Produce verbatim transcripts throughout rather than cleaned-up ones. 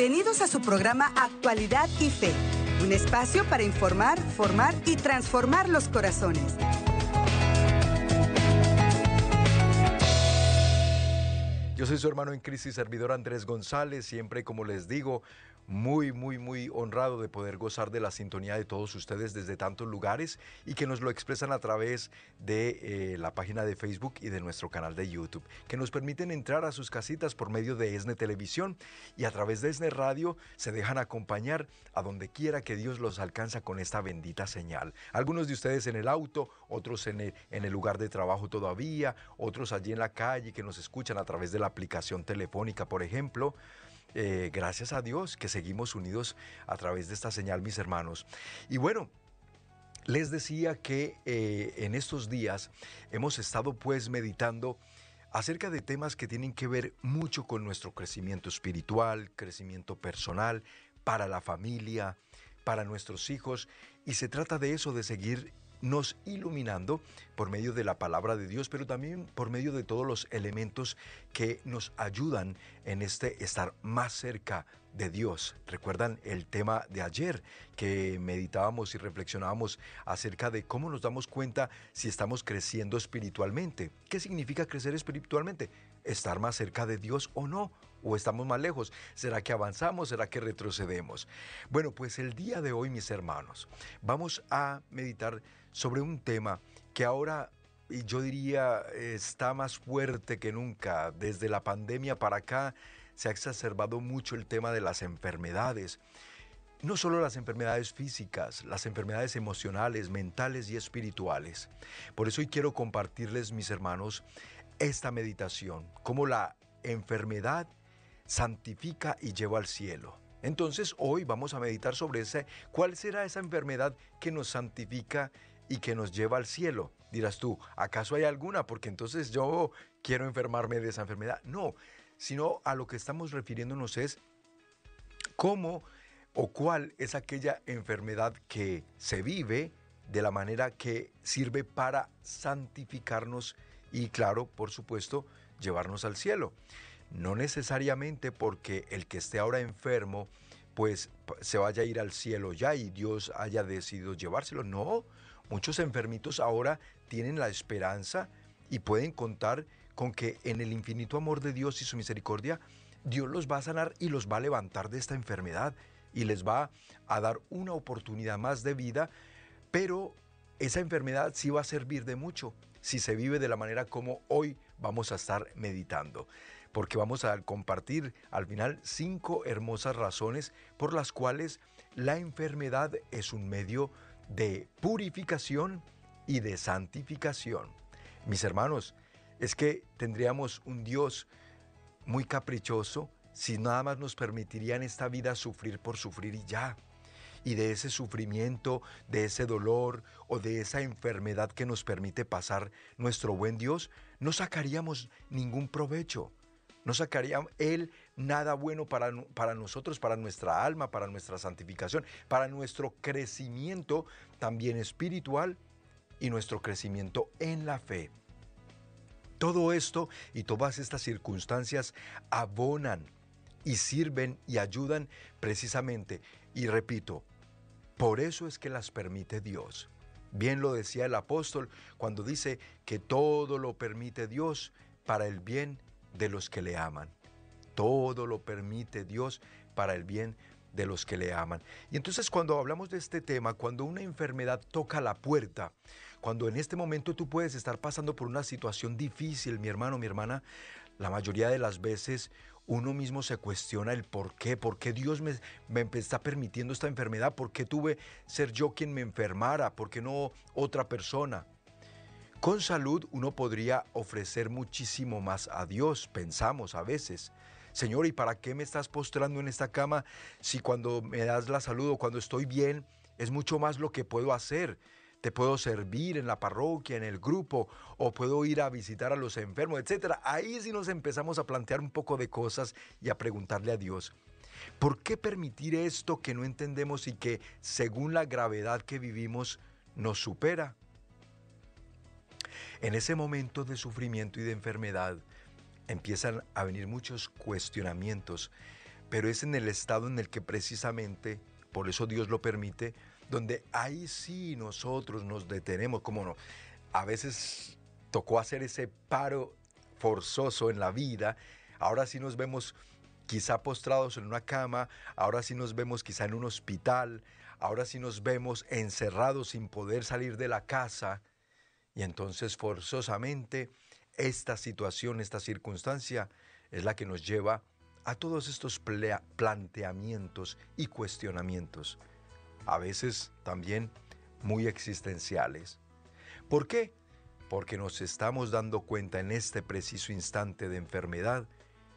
Bienvenidos a su programa Actualidad y Fe, un espacio para informar, formar y transformar los corazones. Yo soy su hermano en Cristo y servidor Andrés González, siempre, como les digo, muy, muy, muy honrado de poder gozar de la sintonía de todos ustedes desde tantos lugares y que nos lo expresan a través de eh, la página de Facebook y de nuestro canal de YouTube, que nos permiten entrar a sus casitas por medio de ESNE Televisión y a través de ESNE Radio se dejan acompañar a donde quiera que Dios los alcanza con esta bendita señal. Algunos de ustedes en el auto, otros en el, en el lugar de trabajo todavía, otros allí en la calle que nos escuchan a través de la aplicación telefónica, por ejemplo. Eh, gracias a Dios que seguimos unidos a través de esta señal, mis hermanos. Y bueno, les decía que eh, en estos días hemos estado pues meditando acerca de temas que tienen que ver mucho con nuestro crecimiento espiritual, crecimiento personal, para la familia, para nuestros hijos, y se trata de eso, de seguir nos iluminando por medio de la palabra de Dios, pero también por medio de todos los elementos que nos ayudan en este estar más cerca de Dios. ¿Recuerdan el tema de ayer que meditábamos y reflexionábamos acerca de cómo nos damos cuenta si estamos creciendo espiritualmente? ¿Qué significa crecer espiritualmente? ¿Estar más cerca de Dios o no? ¿O estamos más lejos? ¿Será que avanzamos? ¿Será que retrocedemos? Bueno, pues el día de hoy, mis hermanos, vamos a meditar sobre un tema que ahora, y yo diría, está más fuerte que nunca. Desde la pandemia para acá se ha exacerbado mucho el tema de las enfermedades. No solo las enfermedades físicas, las enfermedades emocionales, mentales y espirituales. Por eso hoy quiero compartirles, mis hermanos, esta meditación, cómo la enfermedad santifica y lleva al cielo. Entonces hoy vamos a meditar sobre ese, cuál será esa enfermedad que nos santifica y que nos lleva al cielo. Dirás tú, ¿acaso hay alguna? Porque entonces yo quiero enfermarme de esa enfermedad. No, sino a lo que estamos refiriéndonos es cómo o cuál es aquella enfermedad que se vive de la manera que sirve para santificarnos y, claro, por supuesto, llevarnos al cielo. No necesariamente porque el que esté ahora enfermo pues se vaya a ir al cielo ya y Dios haya decidido llevárselo. No, muchos enfermitos ahora tienen la esperanza y pueden contar con que en el infinito amor de Dios y su misericordia, Dios los va a sanar y los va a levantar de esta enfermedad y les va a dar una oportunidad más de vida, pero esa enfermedad sí va a servir de mucho si se vive de la manera como hoy vamos a estar meditando, porque vamos a compartir al final cinco hermosas razones por las cuales la enfermedad es un medio de purificación y de santificación. Mis hermanos, es que tendríamos un Dios muy caprichoso si nada más nos permitiría en esta vida sufrir por sufrir y ya. Y de ese sufrimiento, de ese dolor o de esa enfermedad que nos permite pasar nuestro buen Dios, no sacaríamos ningún provecho. No sacaría Él nada bueno para, para nosotros, para nuestra alma, para nuestra santificación, para nuestro crecimiento también espiritual y nuestro crecimiento en la fe. Todo esto y todas estas circunstancias abonan y sirven y ayudan precisamente, y repito, por eso es que las permite Dios. Bien lo decía el apóstol cuando dice que todo lo permite Dios para el bien de los que le aman. Todo lo permite Dios para el bien de los que le aman. Y entonces cuando hablamos de este tema, cuando una enfermedad toca la puerta, cuando en este momento tú puedes estar pasando por una situación difícil, mi hermano, mi hermana, la mayoría de las veces uno mismo se cuestiona el por qué, por qué Dios me, me está permitiendo esta enfermedad, por qué tuve ser yo quien me enfermara, por qué no otra persona. Con salud uno podría ofrecer muchísimo más a Dios, pensamos a veces. Señor, ¿y para qué me estás postrando en esta cama si cuando me das la salud o cuando estoy bien es mucho más lo que puedo hacer? Te puedo servir en la parroquia, en el grupo, o puedo ir a visitar a los enfermos, etcétera. Ahí sí nos empezamos a plantear un poco de cosas y a preguntarle a Dios, ¿por qué permitir esto que no entendemos y que, según la gravedad que vivimos, nos supera? En ese momento de sufrimiento y de enfermedad, empiezan a venir muchos cuestionamientos, pero es en el estado en el que precisamente, por eso Dios lo permite, donde ahí sí nosotros nos detenemos, como no, a veces tocó hacer ese paro forzoso en la vida, ahora sí nos vemos quizá postrados en una cama, ahora sí nos vemos quizá en un hospital, ahora sí nos vemos encerrados sin poder salir de la casa, y entonces forzosamente esta situación, esta circunstancia es la que nos lleva a todos estos planteamientos y cuestionamientos, a veces también muy existenciales. ¿Por qué? Porque nos estamos dando cuenta en este preciso instante de enfermedad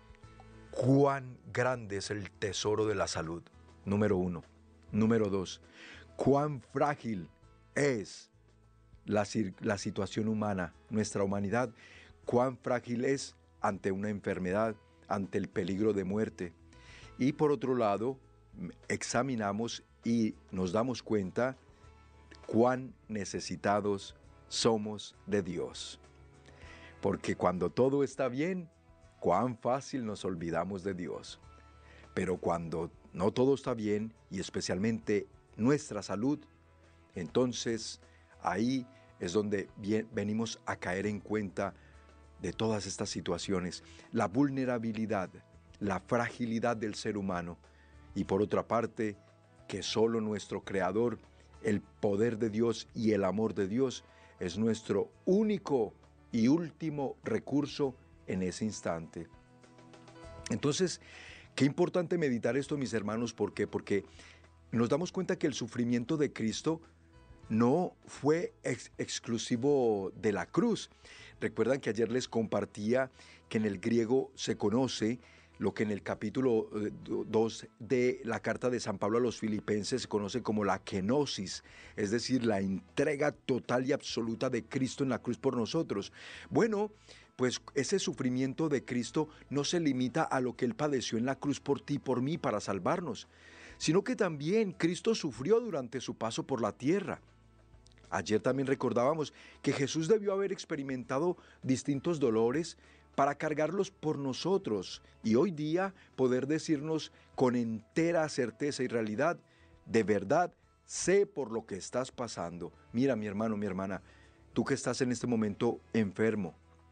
cuán grande es el tesoro de la salud, número uno. Número dos, cuán frágil es la, la situación humana, nuestra humanidad, cuán frágil es ante una enfermedad, ante el peligro de muerte. Y por otro lado, examinamos y nos damos cuenta cuán necesitados somos de Dios. Porque cuando todo está bien, cuán fácil nos olvidamos de Dios. Pero cuando no todo está bien, y especialmente nuestra salud, entonces ahí es donde bien, venimos a caer en cuenta de todas estas situaciones, la vulnerabilidad, la fragilidad del ser humano, y por otra parte, que solo nuestro Creador, el poder de Dios y el amor de Dios es nuestro único y último recurso en ese instante. Entonces, qué importante meditar esto, mis hermanos. ¿Por qué? Porque nos damos cuenta que el sufrimiento de Cristo no fue ex exclusivo de la cruz. Recuerdan que ayer les compartía que en el griego se conoce lo que en el capítulo dos de la carta de San Pablo a los Filipenses se conoce como la kenosis, es decir, la entrega total y absoluta de Cristo en la cruz por nosotros. Bueno, pues ese sufrimiento de Cristo no se limita a lo que Él padeció en la cruz por ti y por mí para salvarnos, sino que también Cristo sufrió durante su paso por la tierra. Ayer también recordábamos que Jesús debió haber experimentado distintos dolores para cargarlos por nosotros y hoy día poder decirnos con entera certeza y realidad, de verdad, sé por lo que estás pasando. Mira, mi hermano, mi hermana, tú que estás en este momento enfermo,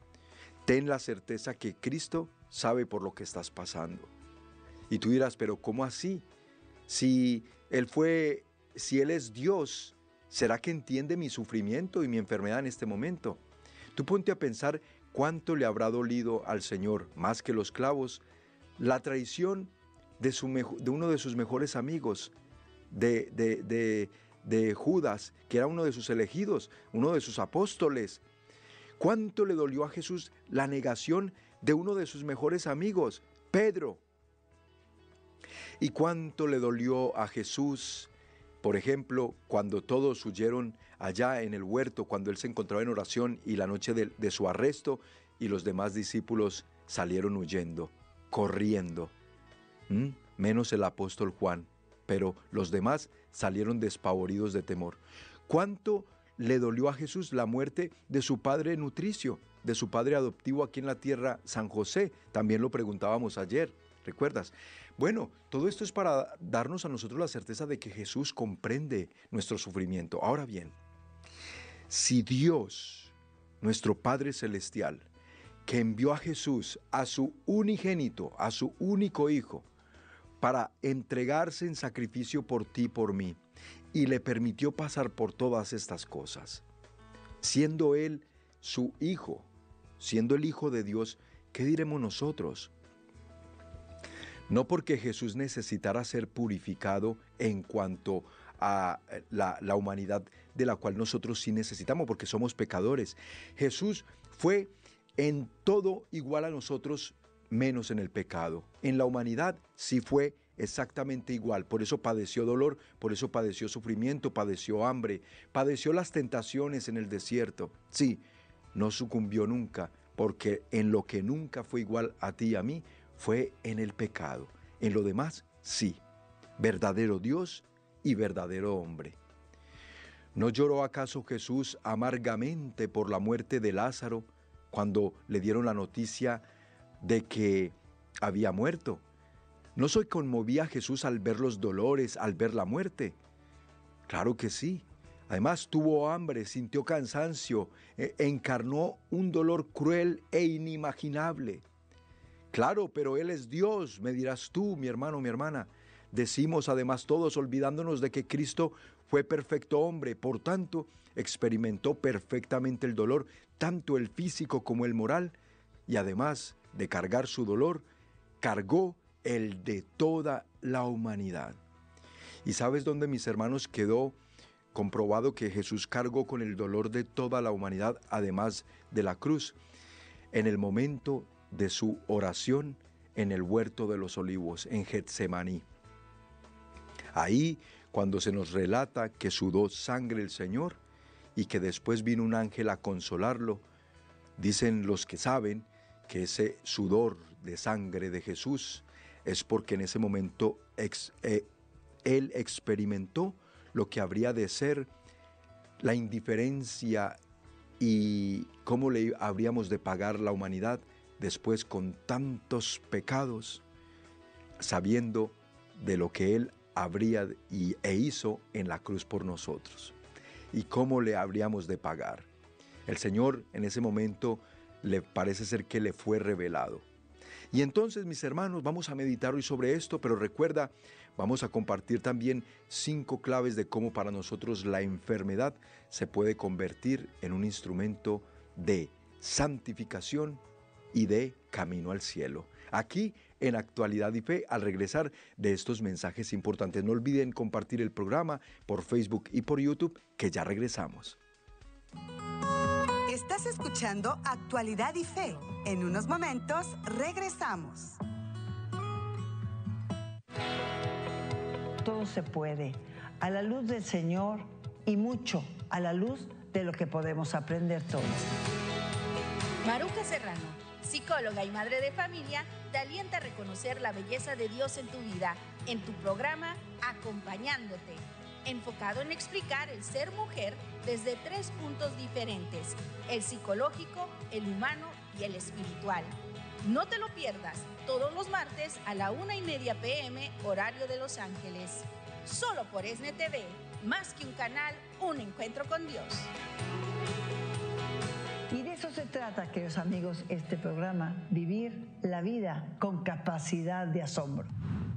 ten la certeza que Cristo sabe por lo que estás pasando. Y tú dirás, pero ¿cómo así? Si Él fue, si Él es Dios, ¿será que entiende mi sufrimiento y mi enfermedad en este momento? Tú ponte a pensar cuánto le habrá dolido al Señor, más que los clavos, la traición de, su, de uno de sus mejores amigos, de, de, de, de Judas, que era uno de sus elegidos, uno de sus apóstoles. ¿Cuánto le dolió a Jesús la negación de uno de sus mejores amigos, Pedro? ¿Y cuánto le dolió a Jesús, por ejemplo, cuando todos huyeron allá en el huerto, cuando Él se encontraba en oración y la noche de, de su arresto, y los demás discípulos salieron huyendo, corriendo? ¿Mm? Menos el apóstol Juan, pero los demás salieron despavoridos de temor. ¿Cuánto le dolió a Jesús la muerte de su padre nutricio, de su padre adoptivo aquí en la tierra, San José? También lo preguntábamos ayer, ¿recuerdas? Bueno, todo esto es para darnos a nosotros la certeza de que Jesús comprende nuestro sufrimiento. Ahora bien, si Dios, nuestro Padre Celestial, que envió a Jesús, a su unigénito, a su único Hijo, para entregarse en sacrificio por ti y por mí, y le permitió pasar por todas estas cosas, siendo Él su Hijo, siendo el Hijo de Dios, ¿qué diremos nosotros? No porque Jesús necesitara ser purificado en cuanto a la, la humanidad de la cual nosotros sí necesitamos, porque somos pecadores. Jesús fue en todo igual a nosotros, menos en el pecado. En la humanidad sí fue exactamente igual. Por eso padeció dolor, por eso padeció sufrimiento, padeció hambre, padeció las tentaciones en el desierto. Sí, no sucumbió nunca, porque en lo que nunca fue igual a ti y a mí, fue en el pecado. En lo demás, sí, verdadero Dios y verdadero hombre. ¿No lloró acaso Jesús amargamente por la muerte de Lázaro cuando le dieron la noticia de que había muerto? ¿No se conmovía Jesús al ver los dolores, al ver la muerte? Claro que sí. Además tuvo hambre, sintió cansancio, e encarnó un dolor cruel e inimaginable. Claro, pero Él es Dios, me dirás tú, mi hermano, mi hermana. Decimos además todos olvidándonos de que Cristo fue perfecto hombre, por tanto, experimentó perfectamente el dolor, tanto el físico como el moral, y además de cargar su dolor, cargó el de toda la humanidad. ¿Y sabes dónde, mis hermanos, quedó comprobado que Jesús cargó con el dolor de toda la humanidad, además de la cruz? En el momento de su oración en el huerto de los olivos, en Getsemaní. Ahí, cuando se nos relata que sudó sangre el Señor y que después vino un ángel a consolarlo, dicen los que saben que ese sudor de sangre de Jesús es porque en ese momento ex, eh, Él experimentó lo que habría de ser la indiferencia y cómo le habríamos de pagar la humanidad después con tantos pecados, sabiendo de lo que Él habría y, e hizo en la cruz por nosotros. ¿Y cómo le habríamos de pagar? El Señor en ese momento le parece ser que le fue revelado. Y entonces, mis hermanos, vamos a meditar hoy sobre esto, pero recuerda, vamos a compartir también cinco claves de cómo para nosotros la enfermedad se puede convertir en un instrumento de santificación y de camino al cielo. Aquí en Actualidad y Fe, al regresar de estos mensajes importantes. No olviden compartir el programa por Facebook y por YouTube, que ya regresamos. Estás escuchando Actualidad y Fe. En unos momentos regresamos. Todo se puede, a la luz del Señor y mucho a la luz de lo que podemos aprender todos. Maruja Serrano, psicóloga y madre de familia, te alienta a reconocer la belleza de Dios en tu vida, en tu programa Acompañándote, enfocado en explicar el ser mujer desde tres puntos diferentes: el psicológico, el humano y el espiritual. No te lo pierdas, todos los martes a la una y media pe eme, horario de Los Ángeles. Solo por ESNE T V, más que un canal, un encuentro con Dios. Y de eso se trata, queridos amigos, este programa, vivir la vida con capacidad de asombro.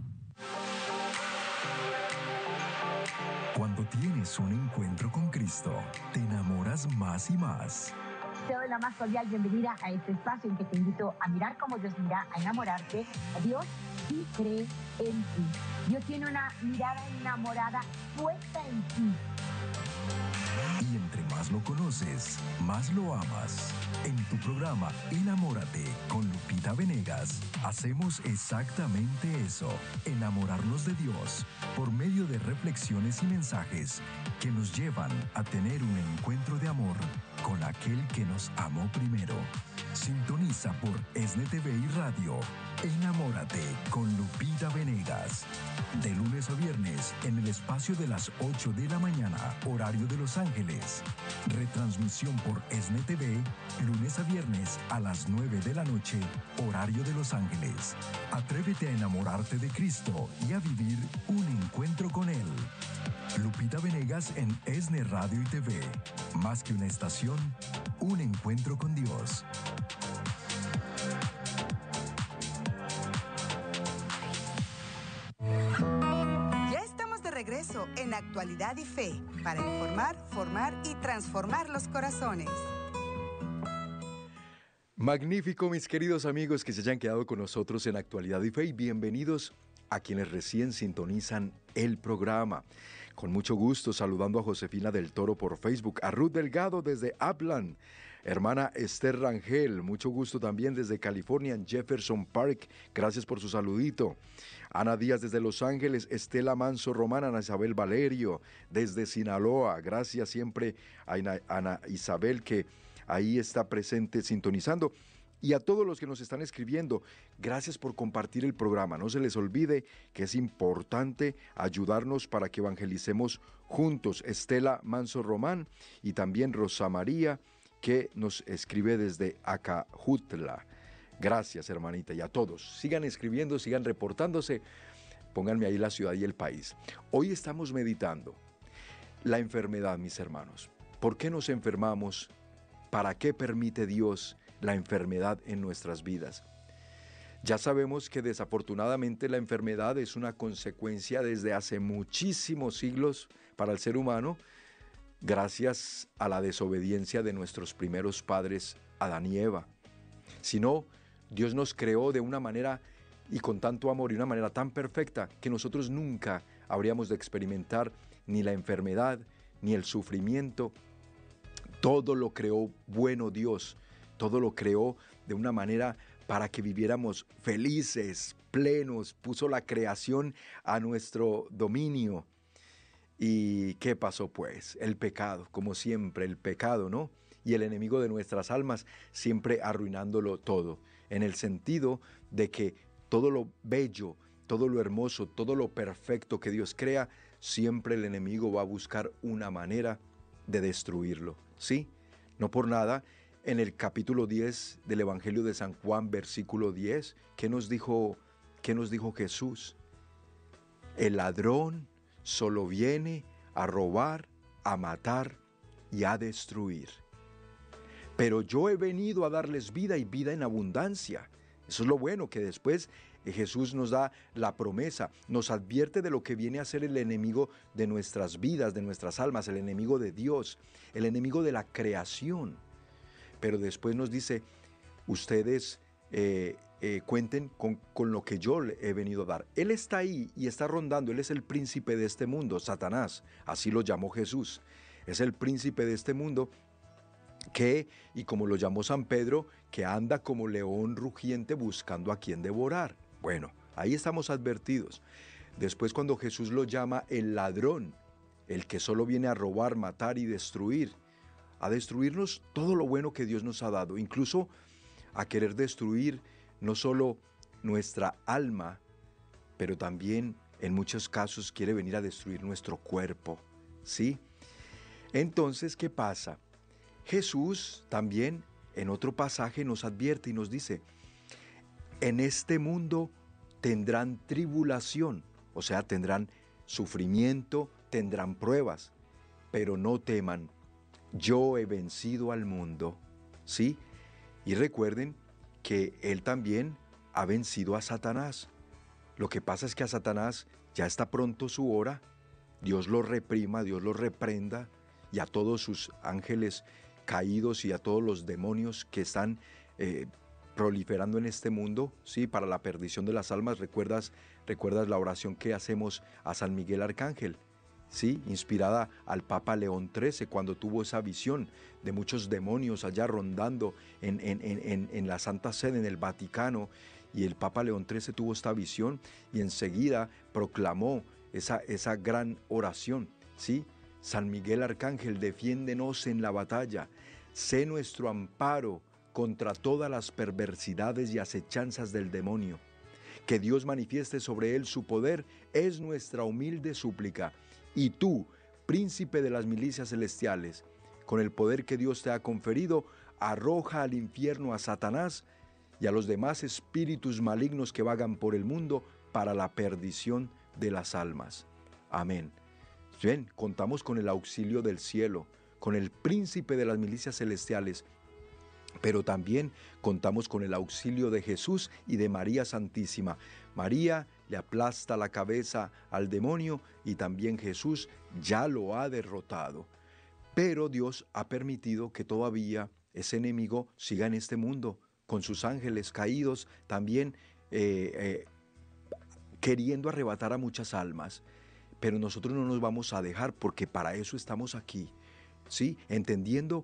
Cuando tienes un encuentro con Cristo, te enamoras más y más. Te doy la más cordial bienvenida a este espacio en que te invito a mirar como Dios mira, a enamorarte. Dios sí cree en ti. Dios tiene una mirada enamorada puesta en ti. Y entre más lo conoces, más lo amas. En tu programa Enamórate con Lupita Venegas, hacemos exactamente eso, enamorarnos de Dios, por medio de reflexiones y mensajes que nos llevan a tener un encuentro de amor con aquel que nos amó primero. Sintoniza por ESNE T V y Radio. Enamórate con Lupita Venegas. De lunes a viernes en el espacio de las ocho de la mañana, horario de Los Ángeles. Retransmisión por ESNE T V, lunes a viernes a las nueve de la noche, horario de Los Ángeles. Atrévete a enamorarte de Cristo y a vivir un encuentro con Él. Lupita Venegas en ESNE Radio y T V. Más que una estación, un encuentro con Dios. Ya estamos de regreso en Actualidad y Fe, para informar, formar y transformar los corazones. Magnífico, mis queridos amigos que se hayan quedado con nosotros en Actualidad y Fe, y bienvenidos a quienes recién sintonizan el programa. Con mucho gusto saludando a Josefina del Toro por Facebook, a Ruth Delgado desde Upland, hermana Esther Rangel, mucho gusto también desde California, en Jefferson Park, gracias por su saludito. Ana Díaz desde Los Ángeles, Estela Manso Román, Ana Isabel Valerio desde Sinaloa, gracias siempre a Ana Isabel que ahí está presente sintonizando. Y a todos los que nos están escribiendo, gracias por compartir el programa. No se les olvide que es importante ayudarnos para que evangelicemos juntos. Estela Manso Román y también Rosa María, que nos escribe desde Acajutla. Gracias, hermanita, y a todos. Sigan escribiendo, sigan reportándose. Pónganme ahí la ciudad y el país. Hoy estamos meditando la enfermedad, mis hermanos. ¿Por qué nos enfermamos? ¿Para qué permite Dios la enfermedad en nuestras vidas? Ya sabemos que desafortunadamente la enfermedad es una consecuencia desde hace muchísimos siglos para el ser humano, gracias a la desobediencia de nuestros primeros padres, Adán y Eva. Si no, Dios nos creó de una manera y con tanto amor y una manera tan perfecta que nosotros nunca habríamos de experimentar ni la enfermedad, ni el sufrimiento. Todo lo creó bueno Dios, todo lo creó de una manera para que viviéramos felices, plenos, puso la creación a nuestro dominio. ¿Y qué pasó pues? El pecado, como siempre, el pecado, ¿no? Y el enemigo de nuestras almas siempre arruinándolo todo, en el sentido de que todo lo bello, todo lo hermoso, todo lo perfecto que Dios crea, siempre el enemigo va a buscar una manera de destruirlo, ¿sí? No por nada, en el capítulo diez del Evangelio de San Juan, versículo diez, ¿qué nos dijo, qué nos dijo Jesús? El ladrón solo viene a robar, a matar y a destruir. Pero yo he venido a darles vida y vida en abundancia. Eso es lo bueno, que después Jesús nos da la promesa, nos advierte de lo que viene a ser el enemigo de nuestras vidas, de nuestras almas, el enemigo de Dios, el enemigo de la creación. Pero después nos dice, ustedes eh, eh, cuenten con, con lo que yo le he venido a dar. Él está ahí y está rondando, Él es el príncipe de este mundo, Satanás, así lo llamó Jesús. Es el príncipe de este mundo que, y como lo llamó San Pedro, que anda como león rugiente buscando a quien devorar. Bueno, ahí estamos advertidos. Después, cuando Jesús lo llama el ladrón, el que solo viene a robar, matar y destruir, a destruirnos todo lo bueno que Dios nos ha dado, incluso a querer destruir no solo nuestra alma, pero también en muchos casos quiere venir a destruir nuestro cuerpo, ¿sí? Entonces, ¿qué pasa? Jesús también en otro pasaje nos advierte y nos dice, en este mundo tendrán tribulación, o sea, tendrán sufrimiento, tendrán pruebas, pero no teman, yo he vencido al mundo, ¿sí? Y recuerden que Él también ha vencido a Satanás. Lo que pasa es que a Satanás ya está pronto su hora, Dios lo reprima, Dios lo reprenda, y a todos sus ángeles caídos y a todos los demonios que están eh, proliferando en este mundo, ¿sí? Para la perdición de las almas. ¿Recuerdas, recuerdas la oración que hacemos a San Miguel Arcángel? ¿Sí? Inspirada al Papa León trece, cuando tuvo esa visión de muchos demonios allá rondando en, en, en, en la Santa Sede, en el Vaticano, y el Papa León trece tuvo esta visión y enseguida proclamó esa, esa gran oración, ¿sí? San Miguel Arcángel, defiéndenos en la batalla, sé nuestro amparo contra todas las perversidades y acechanzas del demonio. Que Dios manifieste sobre él su poder es nuestra humilde súplica. Y tú, príncipe de las milicias celestiales, con el poder que Dios te ha conferido, arroja al infierno a Satanás y a los demás espíritus malignos que vagan por el mundo para la perdición de las almas. Amén. Bien, contamos con el auxilio del cielo, con el príncipe de las milicias celestiales, pero también contamos con el auxilio de Jesús y de María Santísima. María le aplasta la cabeza al demonio y también Jesús ya lo ha derrotado. Pero Dios ha permitido que todavía ese enemigo siga en este mundo, con sus ángeles caídos, también eh, eh, queriendo arrebatar a muchas almas. Pero nosotros no nos vamos a dejar, porque para eso estamos aquí, ¿sí? Entendiendo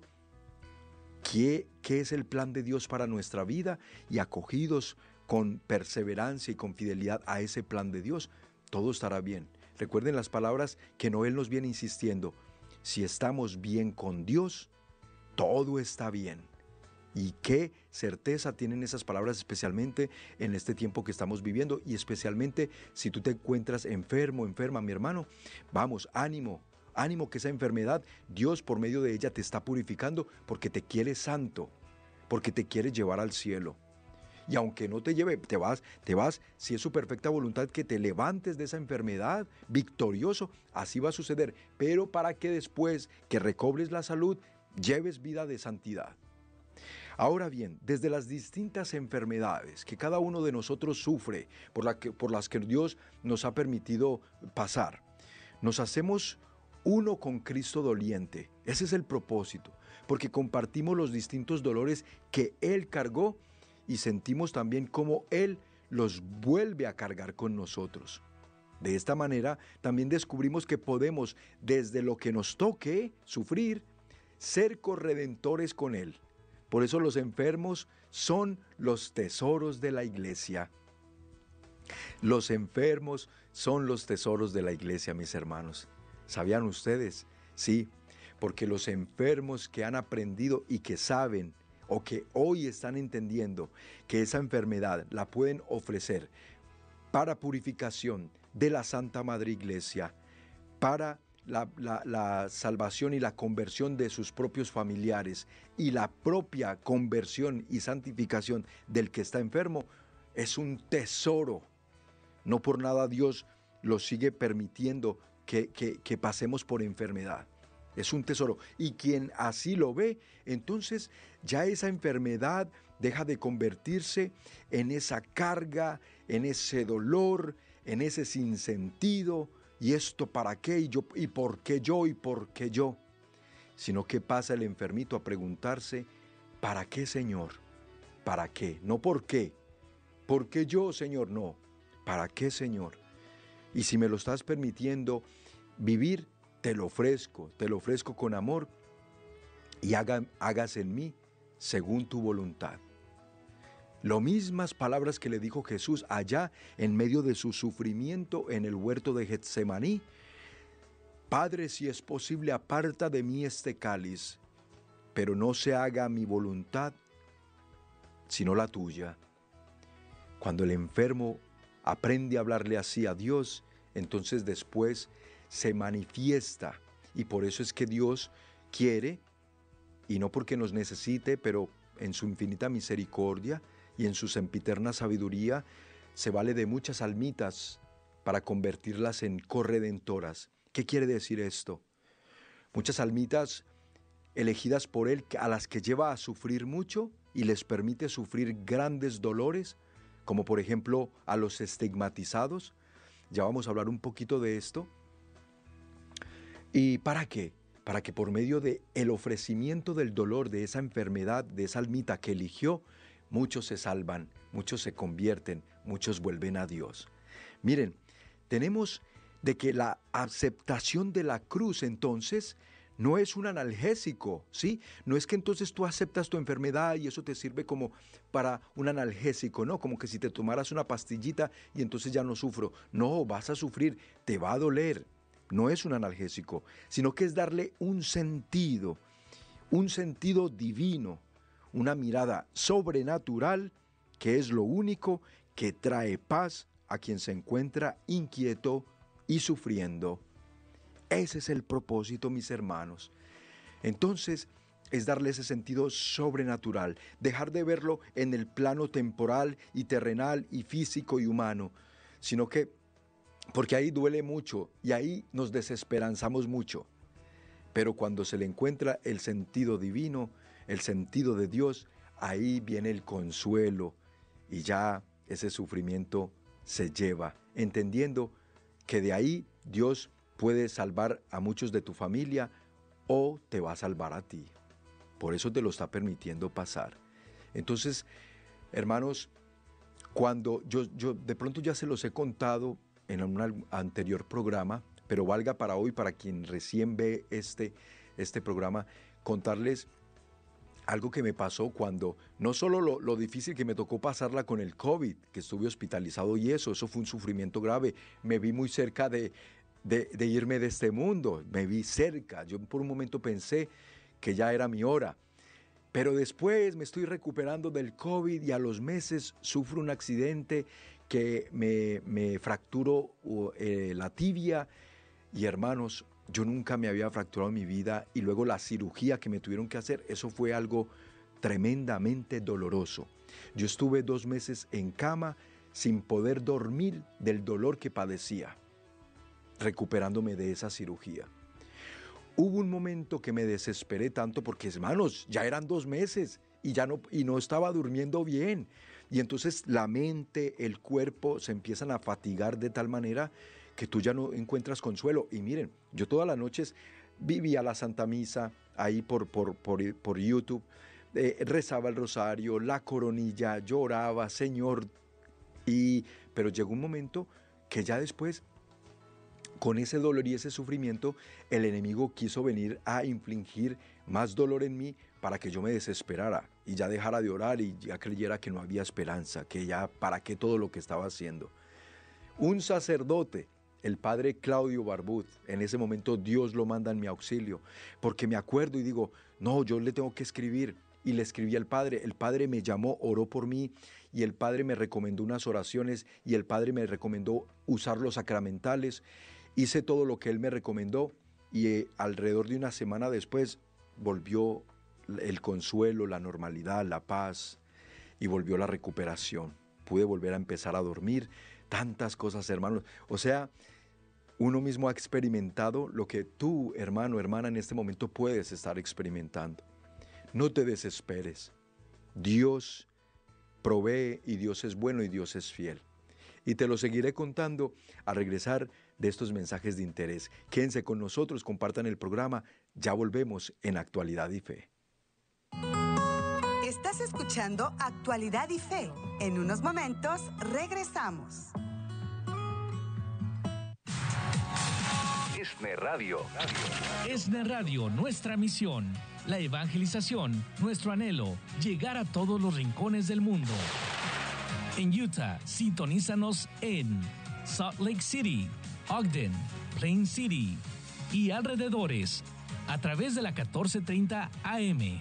qué, qué es el plan de Dios para nuestra vida y acogidos con perseverancia y con fidelidad a ese plan de Dios, todo estará bien. Recuerden las palabras que Noel nos viene insistiendo: si estamos bien con Dios, todo está bien. Y qué certeza tienen esas palabras, especialmente en este tiempo que estamos viviendo, y especialmente si tú te encuentras enfermo, enferma, mi hermano. Vamos, ánimo, ánimo, que esa enfermedad, Dios por medio de ella te está purificando, porque te quiere santo, porque te quiere llevar al cielo. Y aunque no te lleve, te vas, te vas, si es su perfecta voluntad que te levantes de esa enfermedad victorioso, así va a suceder. Pero para que después que recobres la salud, lleves vida de santidad. Ahora bien, desde las distintas enfermedades que cada uno de nosotros sufre, por, la que, por las que Dios nos ha permitido pasar, nos hacemos uno con Cristo doliente. Ese es el propósito, porque compartimos los distintos dolores que Él cargó y sentimos también cómo Él los vuelve a cargar con nosotros. De esta manera también descubrimos que podemos, desde lo que nos toque sufrir, ser corredentores con Él. Por eso los enfermos son los tesoros de la iglesia. Los enfermos son los tesoros de la iglesia, mis hermanos. ¿Sabían ustedes? Sí, porque los enfermos que han aprendido y que saben o que hoy están entendiendo que esa enfermedad la pueden ofrecer para purificación de la Santa Madre Iglesia, para la, la, la salvación y la conversión de sus propios familiares y la propia conversión y santificación del que está enfermo, es un tesoro. No por nada Dios lo sigue permitiendo que, que, que pasemos por enfermedad. Es un tesoro. Y quien así lo ve, entonces ya esa enfermedad deja de convertirse en esa carga, en ese dolor, en ese sinsentido. ¿Y esto para qué? ¿Y, yo, y por qué yo? ¿Y por qué yo? Sino que pasa el enfermito a preguntarse, ¿para qué, Señor? ¿Para qué? No por qué. ¿Por qué yo, Señor? No. ¿Para qué, Señor? Y si me lo estás permitiendo vivir, te lo ofrezco, te lo ofrezco con amor y haga, hagas en mí según tu voluntad. Las mismas palabras que le dijo Jesús allá en medio de su sufrimiento en el huerto de Getsemaní. Padre, si es posible, aparta de mí este cáliz, pero no se haga mi voluntad, sino la tuya. Cuando el enfermo aprende a hablarle así a Dios, entonces después se manifiesta, y por eso es que Dios quiere, y no porque nos necesite, pero en su infinita misericordia y en su sempiterna sabiduría, se vale de muchas almitas para convertirlas en corredentoras. ¿Qué quiere decir esto? Muchas almitas elegidas por Él, a las que lleva a sufrir mucho y les permite sufrir grandes dolores, como por ejemplo a los estigmatizados. Ya vamos a hablar un poquito de esto. ¿Y para qué? Para que por medio de el ofrecimiento del dolor de esa enfermedad, de esa almita que eligió, muchos se salvan, muchos se convierten, muchos vuelven a Dios. Miren, tenemos de que la aceptación de la cruz entonces no es un analgésico, ¿sí? No es que entonces tú aceptas tu enfermedad y eso te sirve como para un analgésico, ¿no? Como que si te tomaras una pastillita y entonces ya no sufro. No, vas a sufrir, te va a doler. No es un analgésico, sino que es darle un sentido, un sentido divino, una mirada sobrenatural, que es lo único que trae paz a quien se encuentra inquieto y sufriendo. Ese es el propósito, mis hermanos. Entonces, es darle ese sentido sobrenatural, dejar de verlo en el plano temporal y terrenal y físico y humano, sino que, porque ahí duele mucho y ahí nos desesperanzamos mucho. Pero cuando se le encuentra el sentido divino, el sentido de Dios, ahí viene el consuelo y ya ese sufrimiento se lleva, entendiendo que de ahí Dios puede salvar a muchos de tu familia o te va a salvar a ti. Por eso te lo está permitiendo pasar. Entonces, hermanos, cuando yo, yo de pronto ya se los he contado en un anterior programa, pero valga para hoy, para quien recién ve este, este programa, contarles algo que me pasó cuando, no solo lo, lo difícil que me tocó pasarla con el COVID, que estuve hospitalizado y eso, eso fue un sufrimiento grave, me vi muy cerca de, de, de irme de este mundo, me vi cerca, yo por un momento pensé que ya era mi hora, pero después me estoy recuperando del COVID y a los meses sufro un accidente que me, me fracturó eh, la tibia y hermanos, yo nunca me había fracturado en mi vida y luego la cirugía que me tuvieron que hacer, eso fue algo tremendamente doloroso. Yo estuve dos meses en cama sin poder dormir del dolor que padecía, recuperándome de esa cirugía. Hubo un momento que me desesperé tanto porque, hermanos, ya eran dos meses y ya no, y no estaba durmiendo bien. Y entonces la mente, el cuerpo se empiezan a fatigar de tal manera que tú ya no encuentras consuelo. Y miren, yo todas las noches vivía la Santa Misa ahí por, por, por, por YouTube, eh, rezaba el rosario, la coronilla, lloraba, Señor. Y, pero llegó un momento que ya después, con ese dolor y ese sufrimiento, el enemigo quiso venir a infligir más dolor en mí para que yo me desesperara y ya dejara de orar y ya creyera que no había esperanza, que ya para qué todo lo que estaba haciendo. Un sacerdote, el padre Claudio Barbud, en ese momento Dios lo manda en mi auxilio, porque me acuerdo y digo, no, yo le tengo que escribir. Y le escribí al padre, el padre me llamó, oró por mí y el padre me recomendó unas oraciones y el padre me recomendó usar los sacramentales. Hice todo lo que él me recomendó y eh, alrededor de una semana después volvió el consuelo, la normalidad, la paz y volvió la recuperación. Pude volver a empezar a dormir, tantas cosas, hermanos. O sea, uno mismo ha experimentado lo que tú, hermano, hermana, en este momento puedes estar experimentando. No te desesperes. Dios provee y Dios es bueno y Dios es fiel. Y te lo seguiré contando al regresar de estos mensajes de interés. Quédense con nosotros, compartan el programa. Ya volvemos en Actualidad y Fe. Estás escuchando Actualidad y Fe. En unos momentos regresamos. ESNE Radio. ESNE Radio, nuestra misión, la evangelización, nuestro anhelo, llegar a todos los rincones del mundo. En Utah, sintonízanos en Salt Lake City, Ogden, Plain City y alrededores a través de la catorce treinta A M.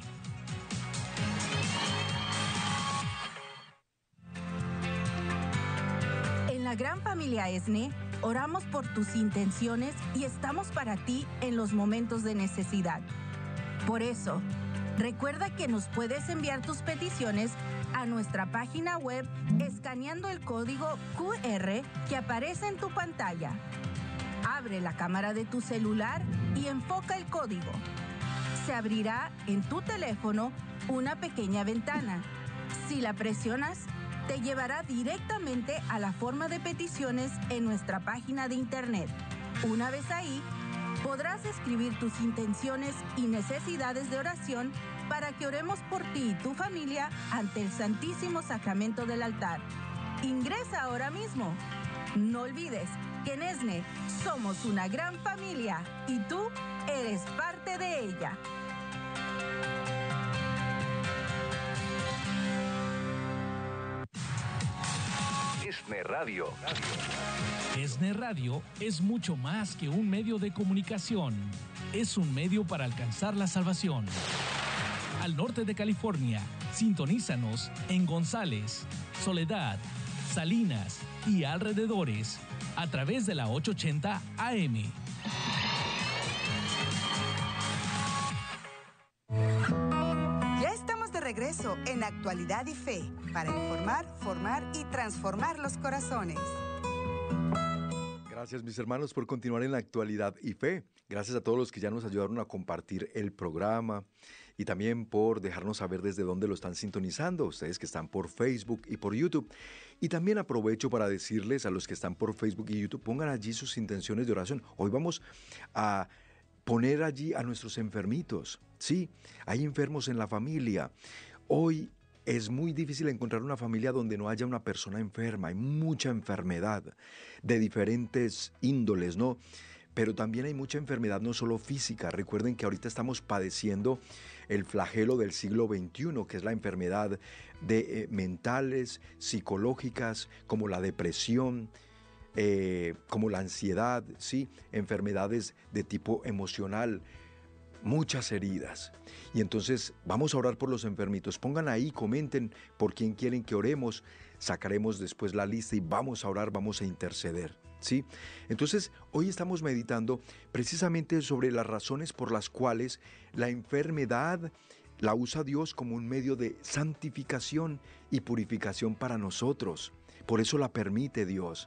En la gran familia ESNE, oramos por tus intenciones y estamos para ti en los momentos de necesidad. Por eso, recuerda que nos puedes enviar tus peticiones a nuestra página web escaneando el código Q R que aparece en tu pantalla. Abre la cámara de tu celular y enfoca el código. Se abrirá en tu teléfono una pequeña ventana. Si la presionas, te llevará directamente a la forma de peticiones en nuestra página de internet. Una vez ahí, podrás escribir tus intenciones y necesidades de oración para que oremos por ti y tu familia ante el Santísimo Sacramento del altar. Ingresa ahora mismo. No olvides que en ESNE somos una gran familia y tú eres parte de ella. ESNE Radio. ESNE Radio es mucho más que un medio de comunicación. Es un medio para alcanzar la salvación. Al norte de California, sintonízanos en González, Soledad, Salinas y alrededores a través de la ochocientos ochenta A M. Ya estamos de regreso en Actualidad y Fe para informar, formar y transformar los corazones. Gracias, mis hermanos, por continuar en la Actualidad y Fe. Gracias a todos los que ya nos ayudaron a compartir el programa y también por dejarnos saber desde dónde lo están sintonizando, ustedes que están por Facebook y por YouTube. Y también aprovecho para decirles a los que están por Facebook y YouTube, pongan allí sus intenciones de oración. Hoy vamos a poner allí a nuestros enfermitos. Sí, hay enfermos en la familia. Hoy es muy difícil encontrar una familia donde no haya una persona enferma. Hay mucha enfermedad de diferentes índoles, ¿no? Pero también hay mucha enfermedad no solo física. Recuerden que ahorita estamos padeciendo el flagelo del siglo veintiuno, que es la enfermedad de eh, mentales, psicológicas, como la depresión, eh, como la ansiedad, ¿sí? Enfermedades de tipo emocional, muchas heridas. Y entonces vamos a orar por los enfermitos. Pongan ahí, comenten por quién quieren que oremos. Sacaremos después la lista y vamos a orar, vamos a interceder. ¿Sí? Entonces, hoy estamos meditando precisamente sobre las razones por las cuales la enfermedad, la usa Dios como un medio de santificación y purificación para nosotros. Por eso la permite Dios.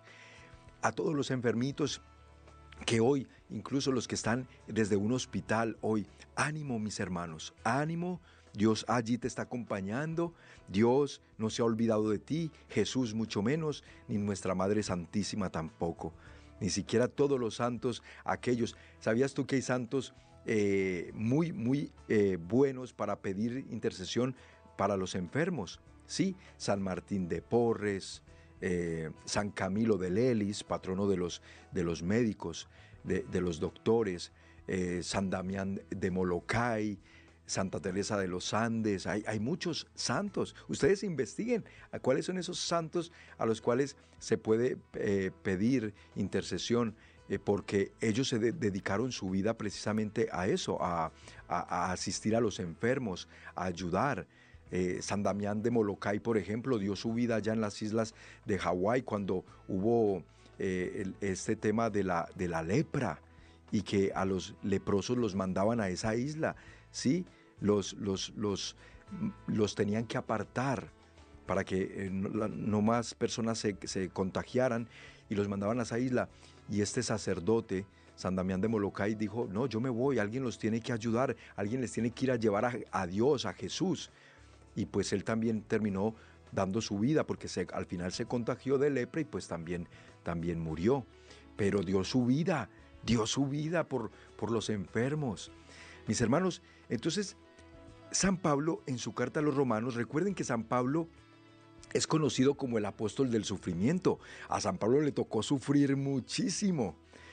A todos los enfermitos que hoy, incluso los que están desde un hospital hoy, ánimo mis hermanos, ánimo. Dios allí te está acompañando, Dios no se ha olvidado de ti, Jesús mucho menos, ni nuestra Madre Santísima tampoco, ni siquiera todos los santos aquellos. ¿Sabías tú que hay santos eh, muy, muy eh, buenos para pedir intercesión para los enfermos? Sí, San Martín de Porres, eh, San Camilo de Lelis, patrono de los, de los médicos, de, de los doctores, eh, San Damián de Molokai, Santa Teresa de los Andes, hay, hay muchos santos. Ustedes investiguen a cuáles son esos santos a los cuales se puede eh, pedir intercesión, eh, porque ellos se de- dedicaron su vida precisamente a eso, a, a, a asistir a los enfermos, a ayudar. Eh, San Damián de Molokai, por ejemplo, dio su vida allá en las islas de Hawái cuando hubo eh, el, este tema de la, de la lepra, y que a los leprosos los mandaban a esa isla, ¿sí? Los, los, los, los tenían que apartar para que eh, no, no más personas se, se contagiaran, y los mandaban a esa isla. Y este sacerdote, San Damián de Molokai, dijo, no, yo me voy, alguien los tiene que ayudar, alguien les tiene que ir a llevar a, a Dios, a Jesús. Y pues él también terminó dando su vida, porque se, al final se contagió de lepra y pues también, también murió. Pero dio su vida, dio su vida por, por los enfermos. Mis hermanos, entonces San Pablo en su carta a los romanos, recuerden que San Pablo es conocido como el apóstol del sufrimiento. A San Pablo le tocó sufrir muchísimo.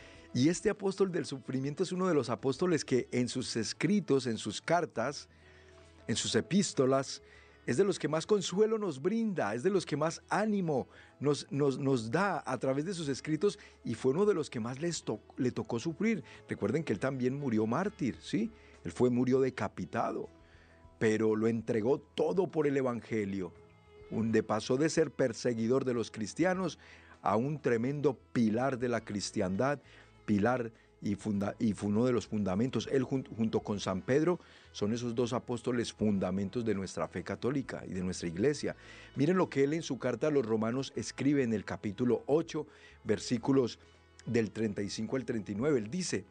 Y este apóstol del sufrimiento es uno de los apóstoles que en sus escritos, en sus cartas, en sus epístolas, es de los que más consuelo nos brinda, es de los que más ánimo nos, nos, nos da a través de sus escritos, y fue uno de los que más les to- le tocó sufrir. Recuerden que él también murió mártir, ¿sí? Él fue, murió decapitado, pero lo entregó todo por el Evangelio. Donde pasó de ser perseguidor de los cristianos a un tremendo pilar de la cristiandad, pilar y, funda, y fue uno de los fundamentos. Él junto, junto con San Pedro son esos dos apóstoles fundamentos de nuestra fe católica y de nuestra iglesia. Miren lo que él en su carta a los romanos escribe en el capítulo ocho, versículos del treinta y cinco al treinta y nueve. Él dice,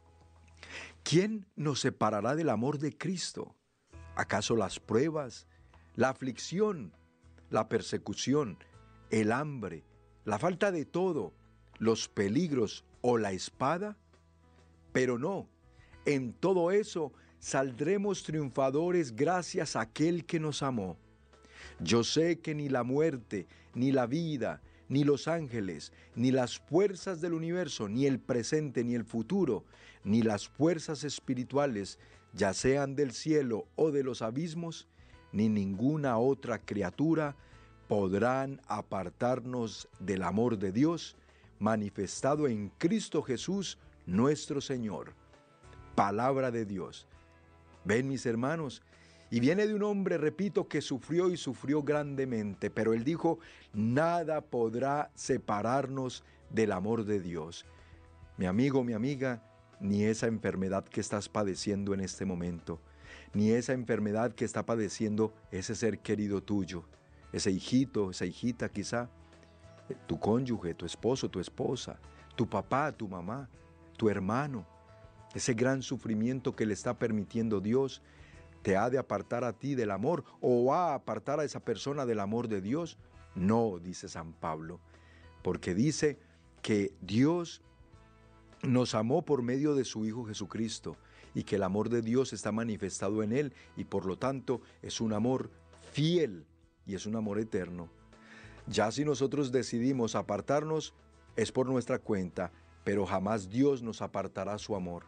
¿quién nos separará del amor de Cristo? ¿Acaso las pruebas, la aflicción, la persecución, el hambre, la falta de todo, los peligros o la espada? Pero no, en todo eso saldremos triunfadores gracias a aquel que nos amó. Yo sé que ni la muerte, ni la vida, ni los ángeles, ni las fuerzas del universo, ni el presente, ni el futuro, ni las fuerzas espirituales, ya sean del cielo o de los abismos, ni ninguna otra criatura podrán apartarnos del amor de Dios manifestado en Cristo Jesús nuestro Señor. Palabra de Dios. Ven, mis hermanos, y viene de un hombre, repito, que sufrió y sufrió grandemente, pero él dijo, nada podrá separarnos del amor de Dios. Mi amigo, mi amiga, ni esa enfermedad que estás padeciendo en este momento, ni esa enfermedad que está padeciendo ese ser querido tuyo, ese hijito, esa hijita quizá, tu cónyuge, tu esposo, tu esposa, tu papá, tu mamá, tu hermano, ese gran sufrimiento que le está permitiendo Dios, ¿te ha de apartar a ti del amor o va a apartar a esa persona del amor de Dios? No, dice San Pablo, porque dice que Dios nos amó por medio de su Hijo Jesucristo y que el amor de Dios está manifestado en Él y por lo tanto es un amor fiel y es un amor eterno. Ya si nosotros decidimos apartarnos es por nuestra cuenta, pero jamás Dios nos apartará su amor.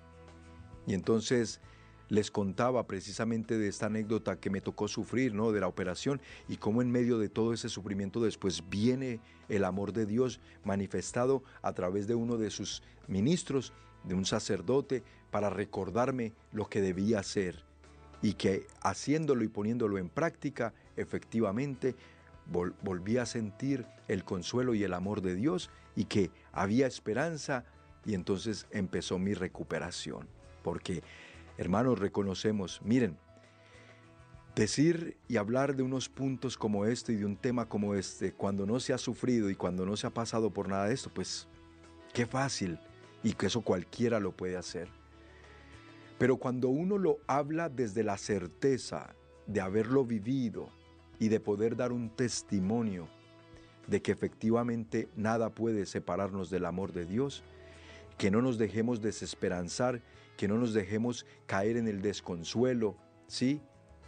Y entonces les contaba precisamente de esta anécdota que me tocó sufrir, ¿no?, de la operación, y cómo en medio de todo ese sufrimiento después viene el amor de Dios manifestado a través de uno de sus ministros, de un sacerdote, para recordarme lo que debía hacer, y que haciéndolo y poniéndolo en práctica, efectivamente, vol- volví a sentir el consuelo y el amor de Dios, y que había esperanza, y entonces empezó mi recuperación. Porque, hermanos, reconocemos, miren, Decir y hablar de unos puntos como este y de un tema como este, cuando no se ha sufrido y cuando no se ha pasado por nada de esto, pues qué fácil, y que eso cualquiera lo puede hacer. Pero cuando uno lo habla desde la certeza de haberlo vivido y de poder dar un testimonio de que efectivamente nada puede separarnos del amor de Dios, que no nos dejemos desesperanzar, que no nos dejemos caer en el desconsuelo, ¿sí?,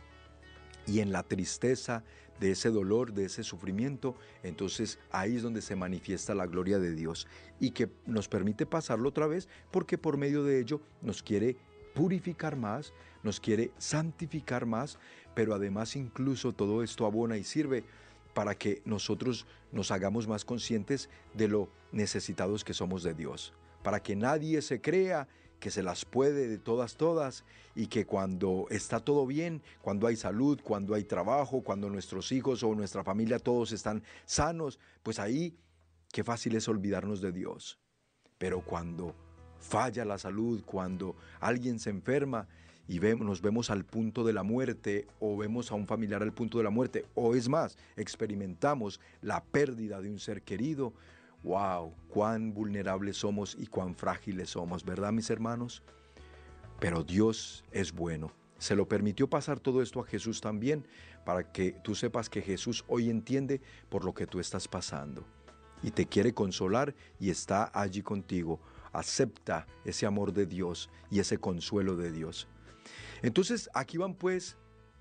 y en la tristeza de ese dolor, de ese sufrimiento, entonces ahí es donde se manifiesta la gloria de Dios y que nos permite pasarlo otra vez, porque por medio de ello nos quiere purificar más, nos quiere santificar más, pero además incluso todo esto abona y sirve para que nosotros nos hagamos más conscientes de lo necesitados que somos de Dios, para que nadie se crea que se las puede de todas, todas, y que cuando está todo bien, cuando hay salud, cuando hay trabajo, cuando nuestros hijos o nuestra familia todos están sanos, pues ahí qué fácil es olvidarnos de Dios. Pero cuando falla la salud, cuando alguien se enferma y vemos, nos vemos al punto de la muerte, o vemos a un familiar al punto de la muerte, o es más, experimentamos la pérdida de un ser querido, ¡wow! Cuán vulnerables somos y cuán frágiles somos, ¿verdad, mis hermanos? Pero Dios es bueno. Se lo permitió pasar todo esto a Jesús también, para que tú sepas que Jesús hoy entiende por lo que tú estás pasando y te quiere consolar y está allí contigo. Acepta ese amor de Dios y ese consuelo de Dios. Entonces, aquí van pues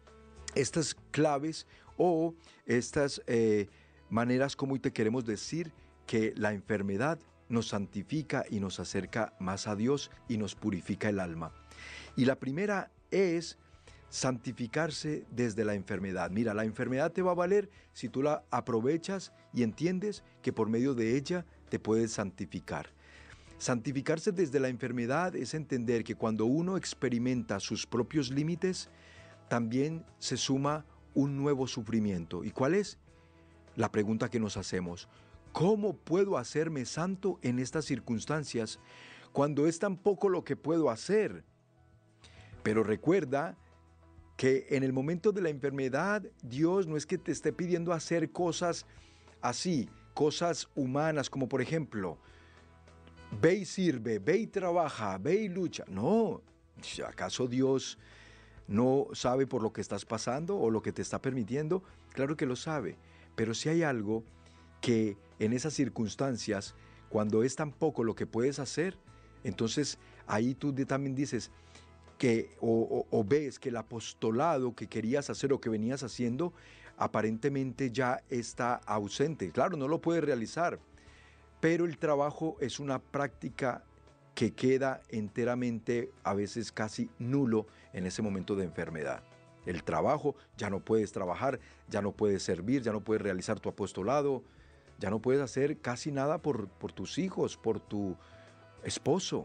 estas claves o estas eh, maneras como hoy te queremos decir que la enfermedad nos santifica y nos acerca más a Dios y nos purifica el alma. Y la primera es santificarse desde la enfermedad. Mira, la enfermedad te va a valer si tú la aprovechas y entiendes que por medio de ella te puedes santificar. Santificarse desde la enfermedad es entender que cuando uno experimenta sus propios límites, también se suma un nuevo sufrimiento. ¿Y cuál es? La pregunta que nos hacemos: ¿cómo puedo hacerme santo en estas circunstancias cuando es tan poco lo que puedo hacer? Pero recuerda que en el momento de la enfermedad, Dios no es que te esté pidiendo hacer cosas así, cosas humanas, como por ejemplo, ve y sirve, ve y trabaja, ve y lucha. No, ¿acaso Dios no sabe por lo que estás pasando o lo que te está permitiendo? Claro que lo sabe, pero si hay algo que en esas circunstancias, cuando es tan poco lo que puedes hacer, entonces ahí tú también dices que o, o, o ves que el apostolado que querías hacer o que venías haciendo aparentemente ya está ausente. Claro, no lo puedes realizar, pero el trabajo es una práctica que queda enteramente, a veces casi nulo en ese momento de enfermedad. El trabajo, ya no puedes trabajar, ya no puedes servir, ya no puedes realizar tu apostolado, ya no puedes hacer casi nada por, por tus hijos, por tu esposo.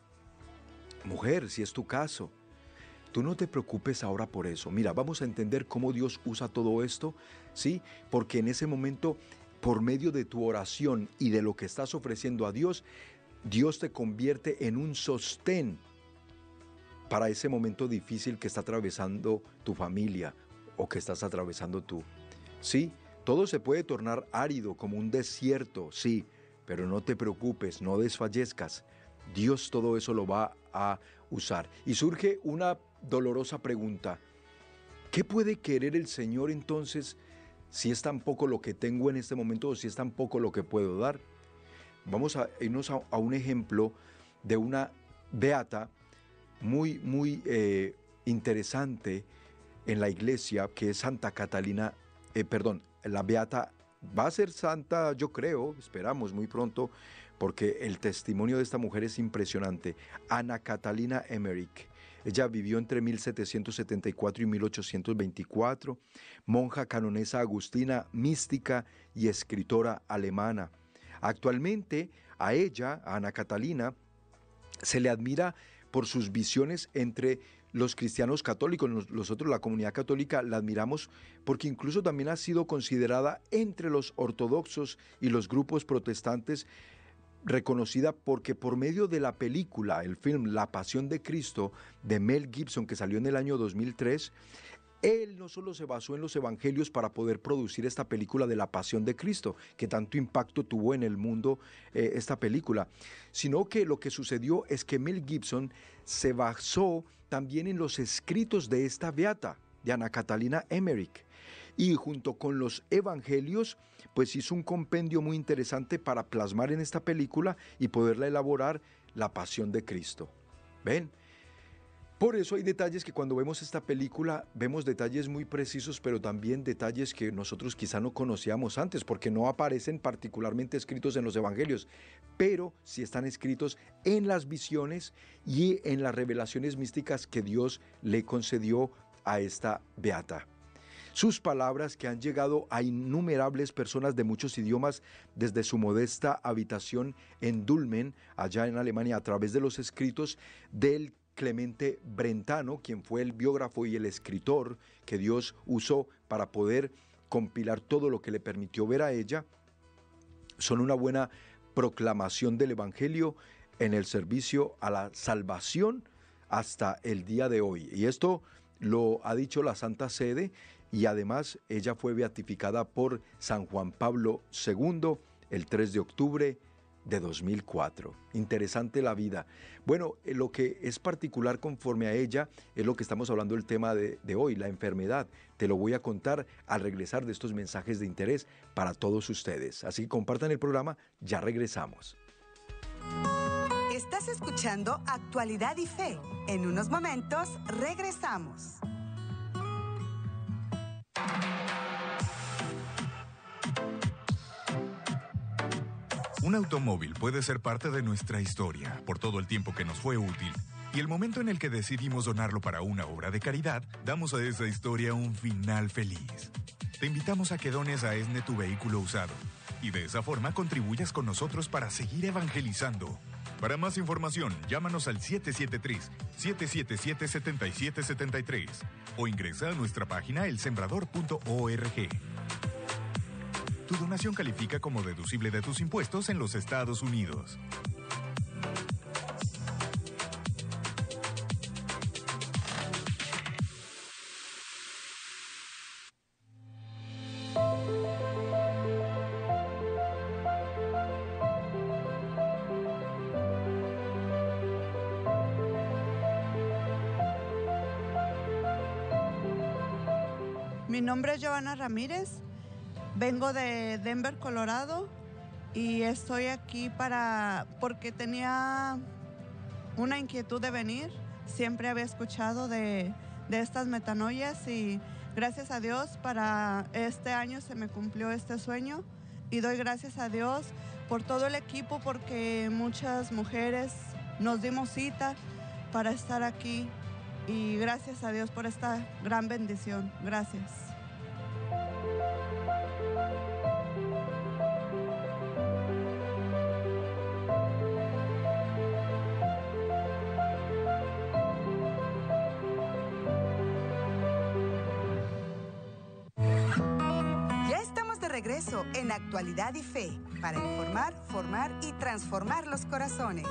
Mujer, si es tu caso, tú no te preocupes ahora por eso. Mira, vamos a entender cómo Dios usa todo esto, ¿sí? Porque en ese momento, por medio de tu oración y de lo que estás ofreciendo a Dios, Dios te convierte en un sostén para ese momento difícil que está atravesando tu familia o que estás atravesando tú. Sí, todo se puede tornar árido como un desierto, sí, pero no te preocupes, no desfallezcas. Dios todo eso lo va a usar. Y surge una dolorosa pregunta: ¿qué puede querer el Señor entonces si es tan poco lo que tengo en este momento o si es tan poco lo que puedo dar? Vamos a irnos a, a un ejemplo de una beata muy, muy eh, interesante en la iglesia, que es Santa Catalina, eh, perdón, la beata va a ser santa, yo creo, esperamos muy pronto, porque el testimonio de esta mujer es impresionante. Ana Catalina Emmerich. Ella vivió entre mil setecientos setenta y cuatro y mil ochocientos veinticuatro, monja canonesa agustina, mística y escritora alemana. Actualmente a ella, a Ana Catalina, se le admira por sus visiones entre los cristianos católicos. Nosotros, la comunidad católica, la admiramos porque incluso también ha sido considerada entre los ortodoxos y los grupos protestantes, reconocida porque por medio de la película, el film La Pasión de Cristo de Mel Gibson, que salió en el año dos mil tres, Él no solo se basó en los evangelios para poder producir esta película de la Pasión de Cristo, que tanto impacto tuvo en el mundo eh, esta película, sino que lo que sucedió es que Mel Gibson se basó también en los escritos de esta beata, de Ana Catalina Emmerich, y junto con los evangelios, pues hizo un compendio muy interesante para plasmar en esta película y poderla elaborar la Pasión de Cristo. ¿Ven? Por eso hay detalles que cuando vemos esta película, vemos detalles muy precisos, pero también detalles que nosotros quizá no conocíamos antes, porque no aparecen particularmente escritos en los evangelios, pero sí están escritos en las visiones y en las revelaciones místicas que Dios le concedió a esta beata. Sus palabras que han llegado a innumerables personas de muchos idiomas desde su modesta habitación en Dülmen, allá en Alemania, a través de los escritos del Clemente Brentano, quien fue el biógrafo y el escritor que Dios usó para poder compilar todo lo que le permitió ver a ella, son una buena proclamación del Evangelio en el servicio a la salvación hasta el día de hoy. Y esto lo ha dicho la Santa Sede, y además ella fue beatificada por San Juan Pablo segundo el tres de octubre de dos mil cuatro. Interesante la vida. Bueno, lo que es particular conforme a ella es lo que estamos hablando del tema de, de hoy, la enfermedad. Te lo voy a contar al regresar de estos mensajes de interés para todos ustedes. Así que compartan el programa, ya regresamos. Estás escuchando Actualidad y Fe. En unos momentos regresamos. Un automóvil puede ser parte de nuestra historia por todo el tiempo que nos fue útil. Y el momento en el que decidimos donarlo para una obra de caridad, damos a esa historia un final feliz. Te invitamos a que dones a ESNE tu vehículo usado y de esa forma contribuyas con nosotros para seguir evangelizando. Para más información, llámanos al siete siete tres, siete siete siete, siete siete siete tres o ingresa a nuestra página el sembrador punto org. Tu donación califica como deducible de tus impuestos en los Estados Unidos. Mi nombre es Giovanna Ramírez. Vengo de Denver, Colorado, y estoy aquí para porque tenía una inquietud de venir. Siempre había escuchado de, de estas metanoias y gracias a Dios para este año se me cumplió este sueño y doy gracias a Dios por todo el equipo porque muchas mujeres nos dimos cita para estar aquí y gracias a Dios por esta gran bendición. Gracias. Regreso en Actualidad y Fe para informar, formar y transformar los corazones.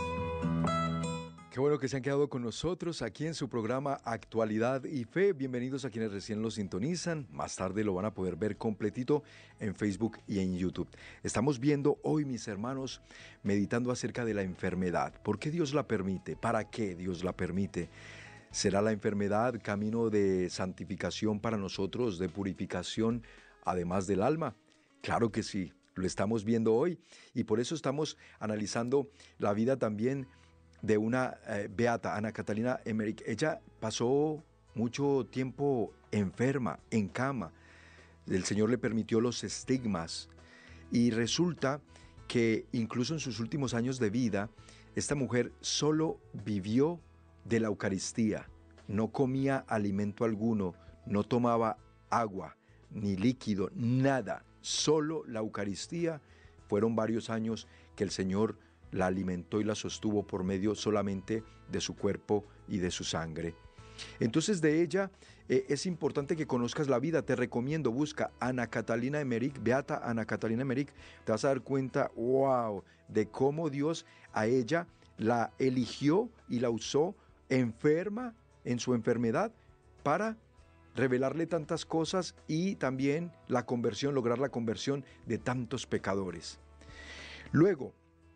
Qué bueno que se han quedado con nosotros aquí en su programa Actualidad y Fe. Bienvenidos a quienes recién lo sintonizan. Más tarde lo van a poder ver completito en Facebook y en YouTube. Estamos viendo hoy, mis hermanos, meditando acerca de la enfermedad. ¿Por qué Dios la permite? ¿Para qué Dios la permite? ¿Será la enfermedad camino de santificación para nosotros, de purificación, además del alma? Claro que sí, lo estamos viendo hoy y por eso estamos analizando la vida también de una eh, beata, Ana Catalina Emmerich. Ella pasó mucho tiempo enferma, en cama. El Señor le permitió los estigmas y resulta que incluso en sus últimos años de vida, esta mujer solo vivió de la Eucaristía, no comía alimento alguno, no tomaba agua, ni líquido, nada, solo la Eucaristía. Fueron varios años que el Señor la alimentó y la sostuvo por medio solamente de su cuerpo y de su sangre. Entonces de ella eh, es importante que conozcas la vida. Te recomiendo, busca Ana Catalina Emmerich, beata Ana Catalina Emmerich. Te vas a dar cuenta, wow, de cómo Dios a ella la eligió y la usó enferma en su enfermedad para revelarle tantas cosas y también la conversión, lograr la conversión de tantos pecadores. Luego,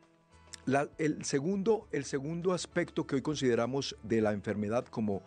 la, el, segundo, el segundo aspecto que hoy consideramos de la enfermedad como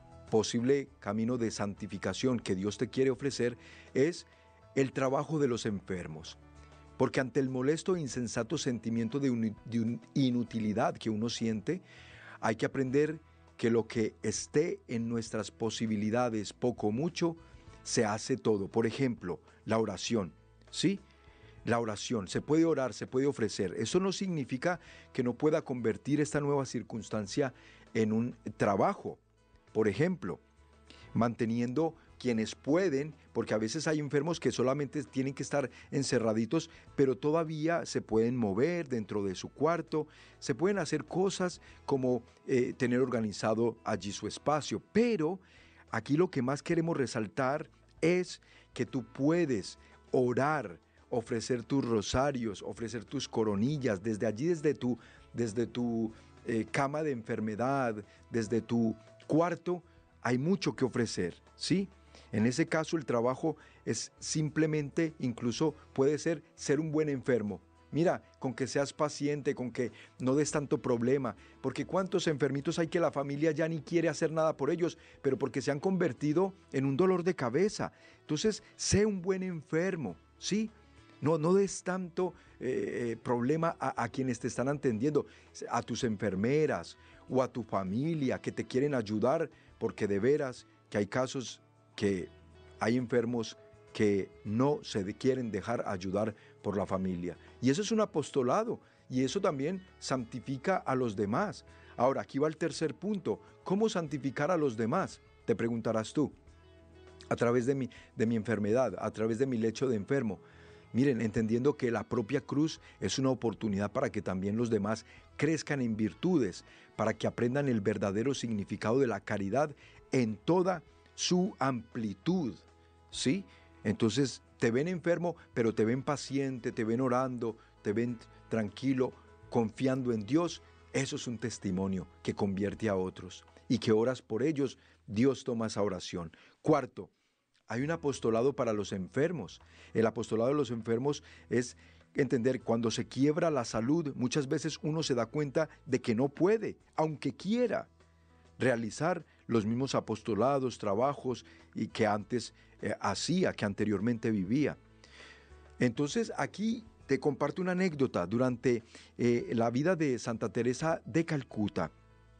posible camino de santificación que Dios te quiere ofrecer es el trabajo de los enfermos. Porque ante el molesto e insensato sentimiento de, un, de un inutilidad que uno siente, hay que aprender que lo que esté en nuestras posibilidades, poco o mucho, se hace todo. Por ejemplo, la oración, ¿sí? La oración, se puede orar, se puede ofrecer. Eso no significa que no pueda convertir esta nueva circunstancia en un trabajo. Por ejemplo, manteniendo quienes pueden, porque a veces hay enfermos que solamente tienen que estar encerraditos, pero todavía se pueden mover dentro de su cuarto, se pueden hacer cosas como eh, tener organizado allí su espacio. Pero aquí lo que más queremos resaltar es que tú puedes orar, ofrecer tus rosarios, ofrecer tus coronillas, desde allí, desde tu, desde tu eh, cama de enfermedad, desde tu cuarto, hay mucho que ofrecer, ¿sí? En ese caso el trabajo es simplemente, incluso puede ser ser un buen enfermo. Mira, con que seas paciente, con que no des tanto problema, porque cuántos enfermitos hay que la familia ya ni quiere hacer nada por ellos, pero porque se han convertido en un dolor de cabeza. Entonces, sé un buen enfermo, ¿sí? No, no des tanto eh, eh, problema a, a quienes te están atendiendo, a tus enfermeras o a tu familia que te quieren ayudar, porque de veras que hay casos que hay enfermos que no se quieren dejar ayudar por la familia. Y eso es un apostolado, y eso también santifica a los demás. Ahora, aquí va el tercer punto. ¿Cómo santificar a los demás? Te preguntarás tú. A través de mi, de mi enfermedad, a través de mi lecho de enfermo. Miren, entendiendo que la propia cruz es una oportunidad para que también los demás crezcan en virtudes, para que aprendan el verdadero significado de la caridad en toda su amplitud, ¿sí? Entonces te ven enfermo, pero te ven paciente, te ven orando, te ven tranquilo, confiando en Dios. Eso es un testimonio que convierte a otros, y que oras por ellos, Dios toma esa oración. Cuarto, hay un apostolado para los enfermos. El apostolado de los enfermos es entender, cuando se quiebra la salud, muchas veces uno se da cuenta de que no puede, aunque quiera, realizar los mismos apostolados, trabajos y que antes eh, hacía, que anteriormente vivía. Entonces aquí te comparto una anécdota. Durante eh, la vida de Santa Teresa de Calcuta,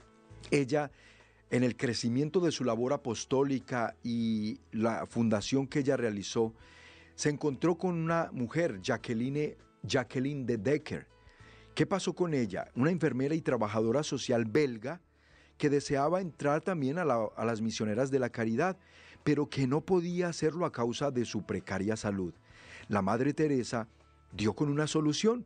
ella, en el crecimiento de su labor apostólica y la fundación que ella realizó, se encontró con una mujer, Jacqueline, Jacqueline de Decker. ¿Qué pasó con ella? Una enfermera y trabajadora social belga que deseaba entrar también a, la, a las misioneras de la caridad, pero que no podía hacerlo a causa de su precaria salud. La Madre Teresa dio con una solución.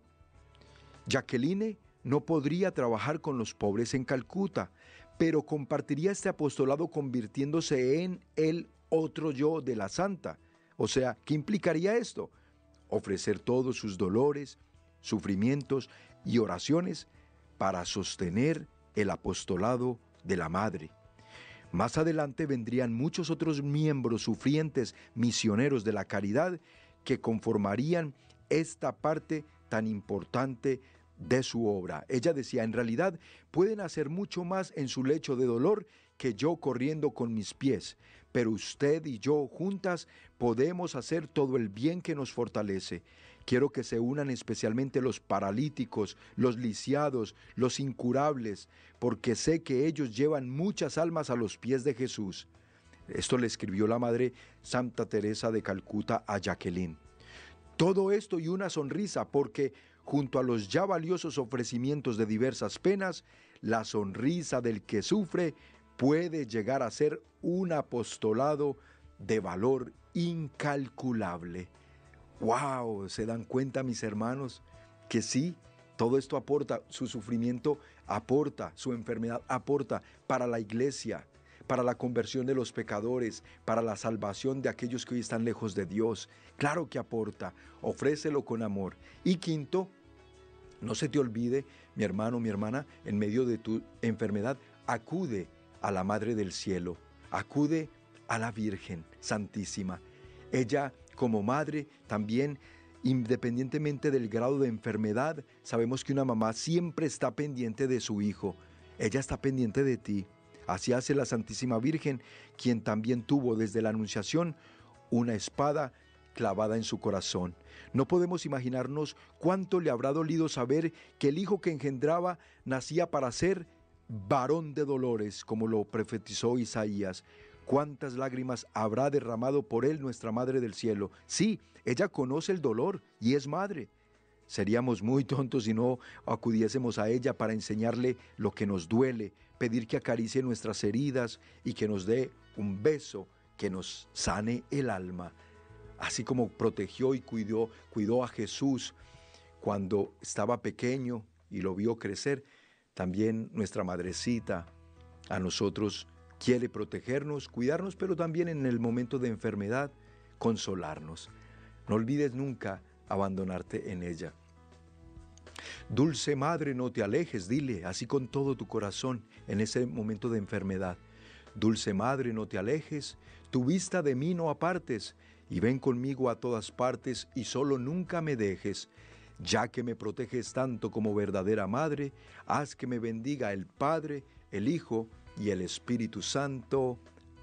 Jacqueline no podría trabajar con los pobres en Calcuta, pero compartiría este apostolado convirtiéndose en el otro yo de la santa. O sea, ¿qué implicaría esto? Ofrecer todos sus dolores, sufrimientos y oraciones para sostener el apostolado de la Madre. Más adelante vendrían muchos otros miembros sufrientes, misioneros de la caridad, que conformarían esta parte tan importante de su obra. Ella decía, en realidad pueden hacer mucho más en su lecho de dolor que yo corriendo con mis pies, pero usted y yo juntas podemos hacer todo el bien que nos fortalece. Quiero que se unan especialmente los paralíticos, los lisiados, los incurables, porque sé que ellos llevan muchas almas a los pies de Jesús. Esto le escribió la Madre Santa Teresa de Calcuta a Jacqueline. Todo esto y una sonrisa, porque junto a los ya valiosos ofrecimientos de diversas penas, la sonrisa del que sufre puede llegar a ser un apostolado de valor incalculable. ¡Wow! ¿Se dan cuenta, mis hermanos? Que sí, todo esto aporta, su sufrimiento aporta, su enfermedad aporta para la iglesia, para la conversión de los pecadores, para la salvación de aquellos que hoy están lejos de Dios. Claro que aporta, ofrécelo con amor. Y quinto, no se te olvide, mi hermano, mi hermana, en medio de tu enfermedad, acude a la Madre del Cielo, acude a la Virgen Santísima. Ella, como madre, también, independientemente del grado de enfermedad, sabemos que una mamá siempre está pendiente de su hijo. Ella está pendiente de ti. Así hace la Santísima Virgen, quien también tuvo desde la Anunciación una espada clavada en su corazón. No podemos imaginarnos cuánto le habrá dolido saber que el hijo que engendraba nacía para ser varón de dolores, como lo profetizó Isaías. Cuántas lágrimas habrá derramado por él nuestra Madre del Cielo. Sí, ella conoce el dolor y es madre. Seríamos muy tontos si no acudiésemos a ella para enseñarle lo que nos duele, pedir que acaricie nuestras heridas y que nos dé un beso que nos sane el alma. Así como protegió y cuidó, cuidó a Jesús cuando estaba pequeño y lo vio crecer, también nuestra madrecita a nosotros quiere protegernos, cuidarnos, pero también en el momento de enfermedad, consolarnos. No olvides nunca abandonarte en ella. Dulce Madre, no te alejes, dile así con todo tu corazón en ese momento de enfermedad. Dulce Madre, no te alejes, tu vista de mí no apartes, y ven conmigo a todas partes y solo nunca me dejes. Ya que me proteges tanto como verdadera Madre, haz que me bendiga el Padre, el Hijo y el Espíritu Santo.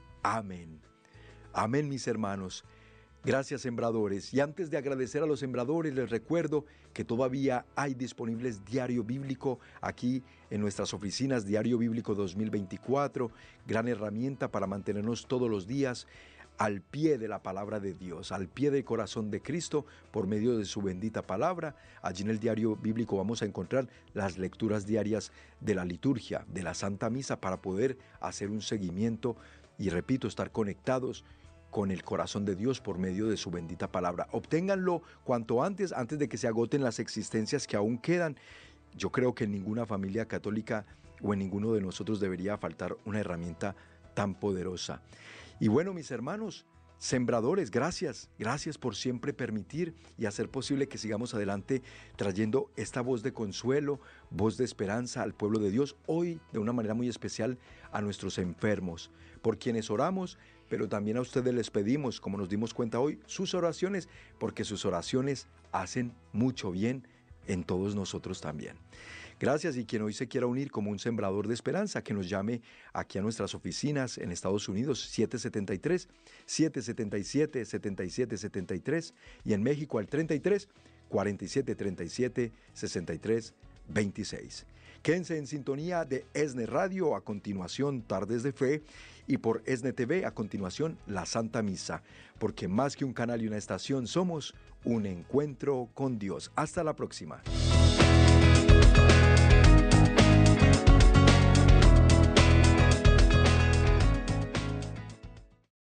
Amén. Amén, mis hermanos. Gracias, sembradores. Y antes de agradecer a los sembradores, les recuerdo que todavía hay disponibles Diario Bíblico aquí en nuestras oficinas, Diario Bíblico dos mil veinticuatro, gran herramienta para mantenernos todos los días al pie de la palabra de Dios, al pie del corazón de Cristo, por medio de su bendita palabra. Allí en el Diario Bíblico vamos a encontrar las lecturas diarias de la liturgia, de la Santa Misa, para poder hacer un seguimiento y, repito, estar conectados con el corazón de Dios por medio de su bendita palabra. Obténganlo cuanto antes, antes de que se agoten las existencias que aún quedan. Yo creo que en ninguna familia católica o en ninguno de nosotros debería faltar una herramienta tan poderosa. Y bueno, mis hermanos, sembradores, gracias, gracias por siempre permitir y hacer posible que sigamos adelante trayendo esta voz de consuelo, voz de esperanza al pueblo de Dios, hoy de una manera muy especial a nuestros enfermos, por quienes oramos, pero también a ustedes les pedimos, como nos dimos cuenta hoy, sus oraciones, porque sus oraciones hacen mucho bien en todos nosotros también. Gracias, y quien hoy se quiera unir como un sembrador de esperanza, que nos llame aquí a nuestras oficinas en Estados Unidos, siete siete tres, siete siete siete, siete siete siete tres, y en México al treinta y tres, cuarenta y siete, treinta y siete, sesenta y tres, veintiséis. Quédense en sintonía de ESNE Radio, a continuación Tardes de Fe, y por ESNE T V a continuación la Santa Misa, porque más que un canal y una estación somos un encuentro con Dios. Hasta la próxima.